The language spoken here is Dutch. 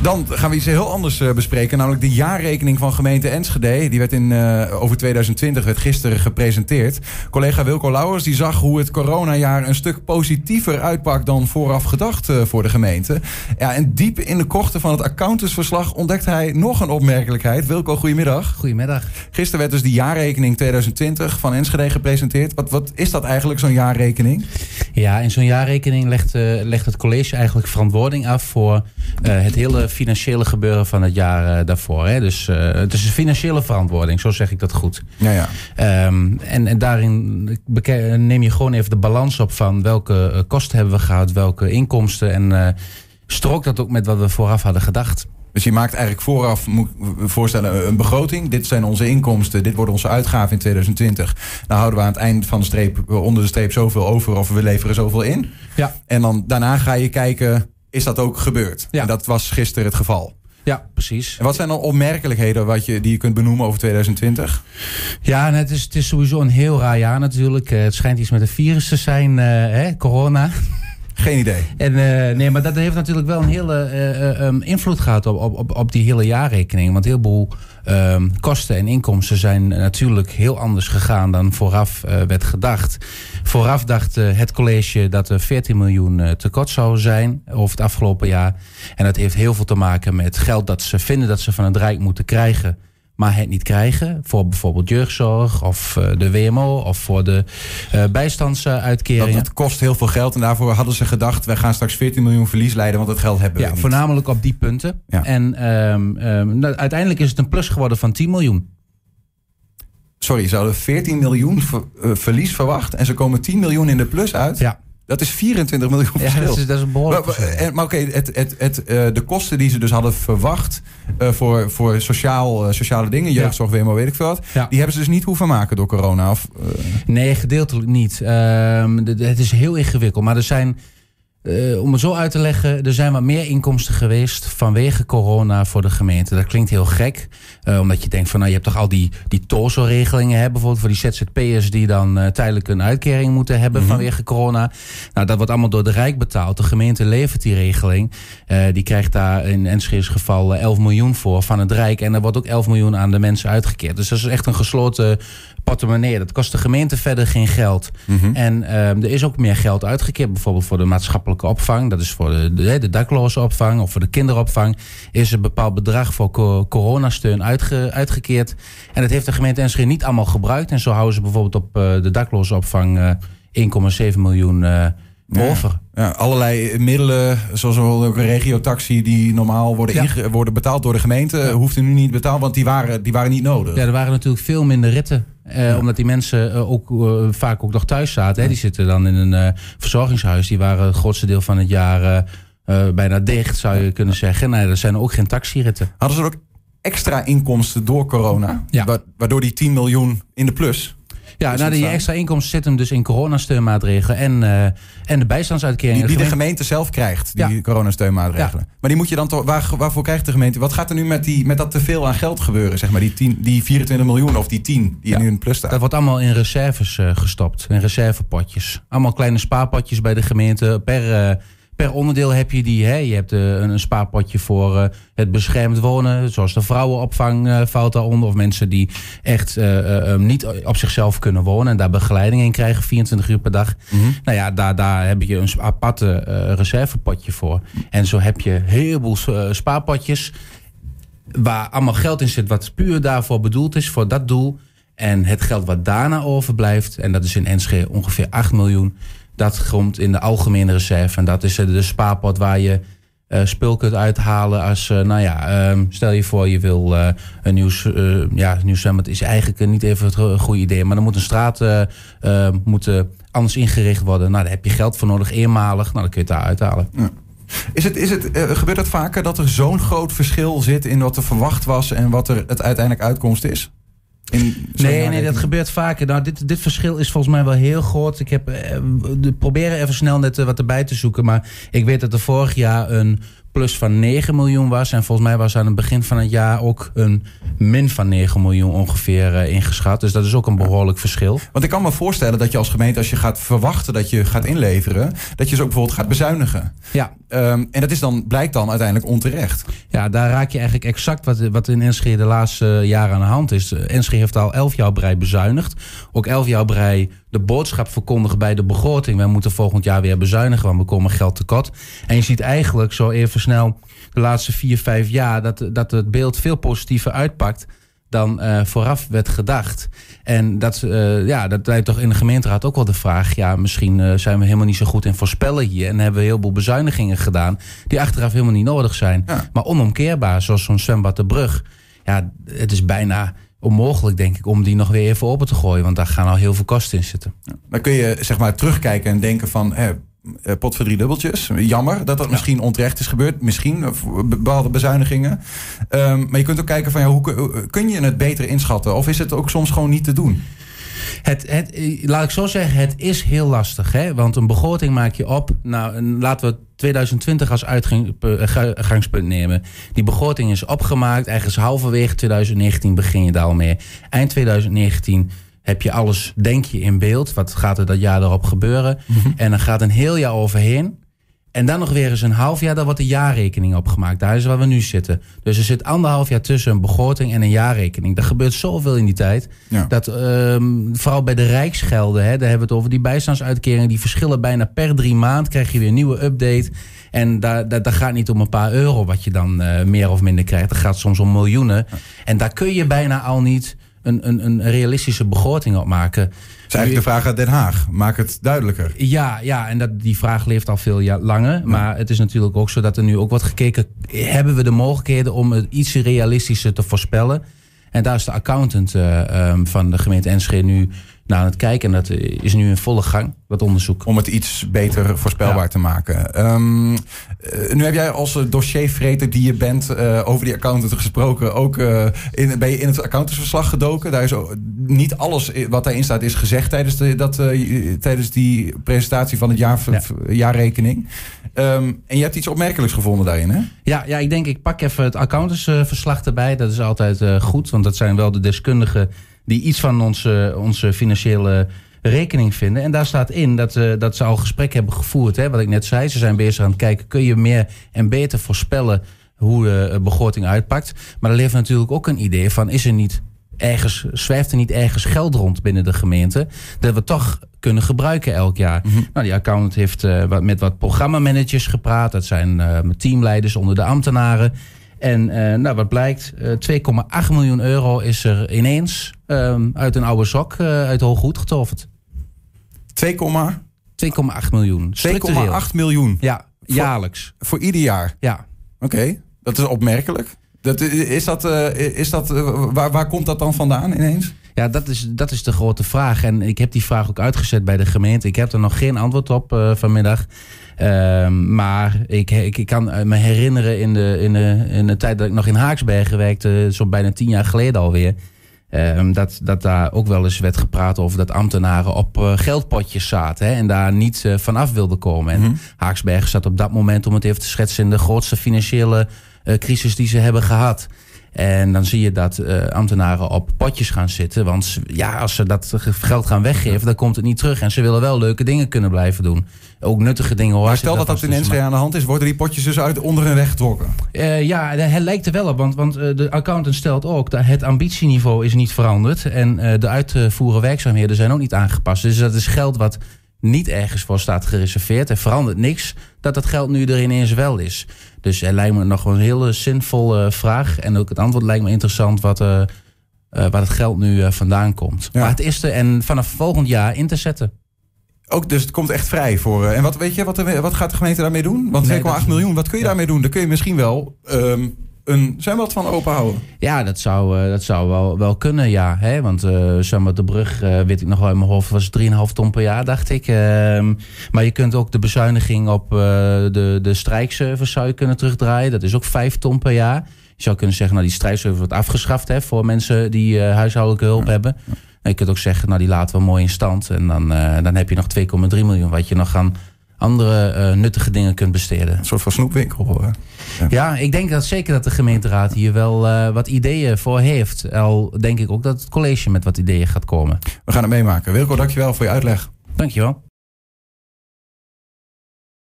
Dan gaan we iets heel anders bespreken. Namelijk de jaarrekening van gemeente Enschede. Die werd over 2020 werd gisteren gepresenteerd. Collega Wilco Lauwers die zag hoe het coronajaar een stuk positiever uitpakt dan vooraf gedacht voor de gemeente. Ja, en diep in de krochten van het accountantsverslag ontdekt hij nog een opmerkelijkheid. Wilco, goedemiddag. Goedemiddag. Gisteren werd dus de jaarrekening 2020 van Enschede gepresenteerd. Wat is dat eigenlijk, zo'n jaarrekening? Ja, in zo'n jaarrekening legt het college eigenlijk verantwoording af voor het hele financiële gebeuren van het jaar daarvoor. Hè. Dus het is een financiële verantwoording, zo zeg ik dat goed. Ja. En daarin neem je gewoon even de balans op van welke kosten hebben we gehad, welke inkomsten. En strookt dat ook met wat we vooraf hadden gedacht. Dus je maakt eigenlijk vooraf, moet ik voorstellen, een begroting. Dit zijn onze inkomsten, dit worden onze uitgaven in 2020. Dan houden we aan het eind van de streep, onder de streep, zoveel over of we leveren zoveel in. Ja. En dan daarna ga je kijken, is dat ook gebeurd? Ja. En dat was gisteren het geval. Ja, precies. En wat zijn dan opmerkelijkheden die je kunt benoemen over 2020? Ja, het is sowieso een heel raar jaar natuurlijk. Het schijnt iets met een virus te zijn, corona. Geen idee. Nee, maar dat heeft natuurlijk wel een hele invloed gehad op die hele jaarrekening. Want een heleboel kosten en inkomsten zijn natuurlijk heel anders gegaan dan vooraf werd gedacht. Vooraf dacht het college dat er 14 miljoen tekort zou zijn over het afgelopen jaar. En dat heeft heel veel te maken met geld dat ze vinden dat ze van het Rijk moeten krijgen, maar het niet krijgen. Voor bijvoorbeeld jeugdzorg of de WMO of voor de bijstandsuitkeringen. Dat kost heel veel geld en daarvoor hadden ze gedacht, wij gaan straks 14 miljoen verlies leiden, want dat geld hebben we niet. Voornamelijk op die punten. Ja. En uiteindelijk is het een plus geworden van 10 miljoen. Sorry, ze hadden 14 miljoen verlies verwacht en ze komen 10 miljoen in de plus uit? Ja. Dat is 24 miljoen verschil. Ja, dat is een behoorlijk verschil. Maar oké, de kosten die ze dus hadden verwacht voor sociale dingen, jeugdzorg, WMO, weet ik veel wat, die hebben ze dus niet hoeven maken door corona? Nee, gedeeltelijk niet. Het is heel ingewikkeld, maar er zijn, om het zo uit te leggen, er zijn wat meer inkomsten geweest vanwege corona voor de gemeente. Dat klinkt heel gek, omdat je denkt van, je hebt toch al die TOZO-regelingen, bijvoorbeeld voor die ZZP'ers die dan tijdelijk een uitkering moeten hebben vanwege corona. Nou, dat wordt allemaal door de Rijk betaald. De gemeente levert die regeling. Die krijgt daar in Enschede's geval 11 miljoen voor van het Rijk. En er wordt ook 11 miljoen aan de mensen uitgekeerd. Dus dat is echt een gesloten portemonnee. Dat kost de gemeente verder geen geld. En er is ook meer geld uitgekeerd, bijvoorbeeld voor de maatschappelijke opvang. Dat is voor de dakloze opvang of voor de kinderopvang. Is een bepaald bedrag voor coronasteun uitgekeerd. En dat heeft de gemeente Enschede niet allemaal gebruikt. En zo houden ze bijvoorbeeld op de dakloze opvang 1,7 miljoen over. Ja, allerlei middelen, zoals ook een regiotaxi die normaal worden betaald door de gemeente, hoeft er nu niet betaald, want die waren niet nodig. Ja, er waren natuurlijk veel minder ritten. Omdat die mensen vaak ook nog thuis zaten. Hè. Die zitten dan in een verzorgingshuis. Die waren het grootste deel van het jaar bijna dicht, zou je kunnen zeggen. Nee, er zijn ook geen taxiritten. Hadden ze ook extra inkomsten door corona? Ja. Waardoor die 10 miljoen in de plus? Ja, die extra inkomsten zitten hem dus in coronasteunmaatregelen en de bijstandsuitkeringen. Die de gemeente zelf krijgt, die coronasteunmaatregelen. Ja. Maar die moet je dan toch, waarvoor krijgt de gemeente? Wat gaat er nu met dat teveel aan geld gebeuren? Zeg maar, die 24 miljoen of die 10 die nu in plus staat? Dat wordt allemaal in reserves gestopt, in reservepotjes. Allemaal kleine spaarpotjes bij de gemeente. Per onderdeel heb je die. Hè? Je hebt een spaarpotje voor het beschermd wonen. Zoals de vrouwenopvang valt daaronder. Of mensen die echt niet op zichzelf kunnen wonen. En daar begeleiding in krijgen 24 uur per dag. Nou ja, daar heb je een aparte reservepotje voor. En zo heb je een heleboel spaarpotjes. Waar allemaal geld in zit wat puur daarvoor bedoeld is. Voor dat doel. En het geld wat daarna overblijft. En dat is in Enschede ongeveer 8 miljoen. Dat komt in de algemene reserve. En dat is de spaarpot waar je spul kunt uithalen. Als, stel je voor je wil een nieuw zwembad. Is eigenlijk niet even het goede idee. Maar dan moet een straat anders ingericht worden. Nou, daar heb je geld voor nodig, eenmalig. Nou, dan kun je het daar uithalen. Ja. Gebeurt het vaker dat er zo'n groot verschil zit in wat er verwacht was en wat er het uiteindelijk uitkomst is? Nee, dat gebeurt vaker. Nou, dit verschil is volgens mij wel heel groot. Ik heb proberen even snel net wat erbij te zoeken. Maar ik weet dat er vorig jaar een plus van 9 miljoen was. En volgens mij was aan het begin van het jaar ook een min van 9 miljoen ongeveer ingeschat. Dus dat is ook een behoorlijk verschil. Want ik kan me voorstellen dat je als gemeente, als je gaat verwachten dat je gaat inleveren, dat je ze ook bijvoorbeeld gaat bezuinigen. Ja. En dat is blijkt dan uiteindelijk onterecht. Ja, daar raak je eigenlijk exact wat in Enschede de laatste jaren aan de hand is. Enschede heeft al 11 jaar op rij bezuinigd. Ook 11 jaar op rij de boodschap verkondigen bij de begroting. Wij moeten volgend jaar weer bezuinigen, want we komen geld tekort. En je ziet eigenlijk zo even snel de laatste 4-5 jaar dat het beeld veel positiever uitpakt dan vooraf werd gedacht. En dat leidt toch in de gemeenteraad ook wel de vraag, ja, misschien zijn we helemaal niet zo goed in voorspellen hier en hebben we heel veel bezuinigingen gedaan die achteraf helemaal niet nodig zijn. Ja. Maar onomkeerbaar, zoals zo'n zwembad de Brug. Ja, het is bijna onmogelijk, denk ik, om die nog weer even open te gooien, want daar gaan al heel veel kosten in zitten. Ja. Dan kun je zeg maar terugkijken en denken van, pot voor 3 dubbeltjes. Jammer dat misschien onterecht is gebeurd. Misschien bepaalde bezuinigingen. Maar je kunt ook kijken van, hoe kun je het beter inschatten? Of is het ook soms gewoon niet te doen? Laat ik zo zeggen, het is heel lastig. Hè? Want een begroting maak je op. Nou, laten we 2020 als uitgangspunt nemen. Die begroting is opgemaakt. Ergens halverwege 2019 begin je daar al mee. Eind 2019 heb je alles, denk je, in beeld. Wat gaat er dat jaar erop gebeuren? Mm-hmm. En dan gaat een heel jaar overheen. En dan nog weer eens een half jaar, dan wordt de jaarrekening opgemaakt. Daar is waar we nu zitten. Dus er zit 1,5 jaar tussen een begroting en een jaarrekening. Er gebeurt zoveel in die tijd. Ja. Dat vooral bij de rijksgelden, daar hebben we het over die bijstandsuitkeringen. Die verschillen bijna per 3 maanden. Krijg je weer een nieuwe update. En daar gaat niet om een paar euro wat je dan meer of minder krijgt. Dat gaat soms om miljoenen. Ja. En daar kun je bijna al niet een realistische begroting op maken. Dat is eigenlijk de vraag uit Den Haag. Maak het duidelijker. Ja, en die vraag leeft al veel jaar langer. Ja. Maar het is natuurlijk ook zo dat er nu ook wordt gekeken, hebben we de mogelijkheden om het iets realistischer te voorspellen? En daar is de accountant van de gemeente Enschede nu naar aan het kijken. En dat is nu in volle gang, dat onderzoek. Om het iets beter voorspelbaar te maken. Nu heb jij als dossiervreter die je bent over die accountant gesproken. Ook ben je in het accountantsverslag gedoken. Daar is niet alles wat daarin staat is gezegd tijdens die presentatie van het jaarrekening. En je hebt iets opmerkelijks gevonden daarin, hè? Ja, ik pak even het accountantsverslag erbij. Dat is altijd goed, want dat zijn wel de deskundigen die iets van onze financiële rekening vinden. En daar staat in dat ze al gesprek hebben gevoerd. Hè, wat ik net zei, ze zijn bezig aan het kijken, kun je meer en beter voorspellen hoe de begroting uitpakt. Maar er leeft natuurlijk ook een idee van, zwerft er niet ergens geld rond binnen de gemeente dat we toch kunnen gebruiken elk jaar. Mm-hmm. Nou, die accountant heeft met wat programmamanagers gepraat. Dat zijn teamleiders onder de ambtenaren. En wat blijkt, 2,8 miljoen euro is er ineens uit een oude sok uit de Hooghoed getoverd. 2,8 miljoen. 2,8 miljoen? Ja, jaarlijks. Voor ieder jaar? Ja. Oké, dat is opmerkelijk. Waar komt dat dan vandaan ineens? Ja, dat is de grote vraag. En ik heb die vraag ook uitgezet bij de gemeente. Ik heb er nog geen antwoord op vanmiddag. Maar ik kan me herinneren in de tijd dat ik nog in Haaksbergen werkte, zo bijna 10 jaar geleden alweer, dat daar ook wel eens werd gepraat over dat ambtenaren op geldpotjes zaten, hè, en daar niet vanaf wilden komen. En Haaksbergen zat op dat moment, om het even te schetsen, in de grootste financiële crisis die ze hebben gehad. En dan zie je dat ambtenaren op potjes gaan zitten. Want als ze dat geld gaan weggeven, dan komt het niet terug. En ze willen wel leuke dingen kunnen blijven doen. Ook nuttige dingen. Maar stel dat in Enschede aan de hand is, worden die potjes dus uit onder hun weg getrokken? Het lijkt er wel op. Want de accountant stelt ook dat het ambitieniveau is niet veranderd. En de uitvoeren werkzaamheden zijn ook niet aangepast. Dus dat is geld wat niet ergens voor staat gereserveerd. Er verandert niks dat dat geld nu er ineens wel is. Dus er lijkt me nog een hele zinvolle vraag. En ook het antwoord lijkt me interessant waar het geld nu vandaan komt. Ja. Maar het is en vanaf volgend jaar in te zetten. Ook, dus het komt echt vrij voor. En wat gaat de gemeente daarmee doen? Want 2,8 miljoen, wat kun je daarmee doen? Daar kun je misschien wel een zwembad van open houden. Ja, dat zou wel kunnen, ja. Hè? Want zwembad de Brug, weet ik nog wel in mijn hoofd, was 3,5 ton per jaar, dacht ik. Maar je kunt ook de bezuiniging op de strijkservice zou je kunnen terugdraaien. Dat is ook 5 ton per jaar. Je zou kunnen zeggen, die strijkservice wordt afgeschaft, hè, voor mensen die huishoudelijke hulp hebben. En je kunt ook zeggen, die laten we mooi in stand. En dan heb je nog 2,3 miljoen wat je nog aan andere nuttige dingen kunt besteden. Een soort van snoepwinkel. Ja, ik denk dat de gemeenteraad hier wel wat ideeën voor heeft. Al denk ik ook dat het college met wat ideeën gaat komen. We gaan het meemaken. Wilco, dankjewel voor je uitleg. Dankjewel.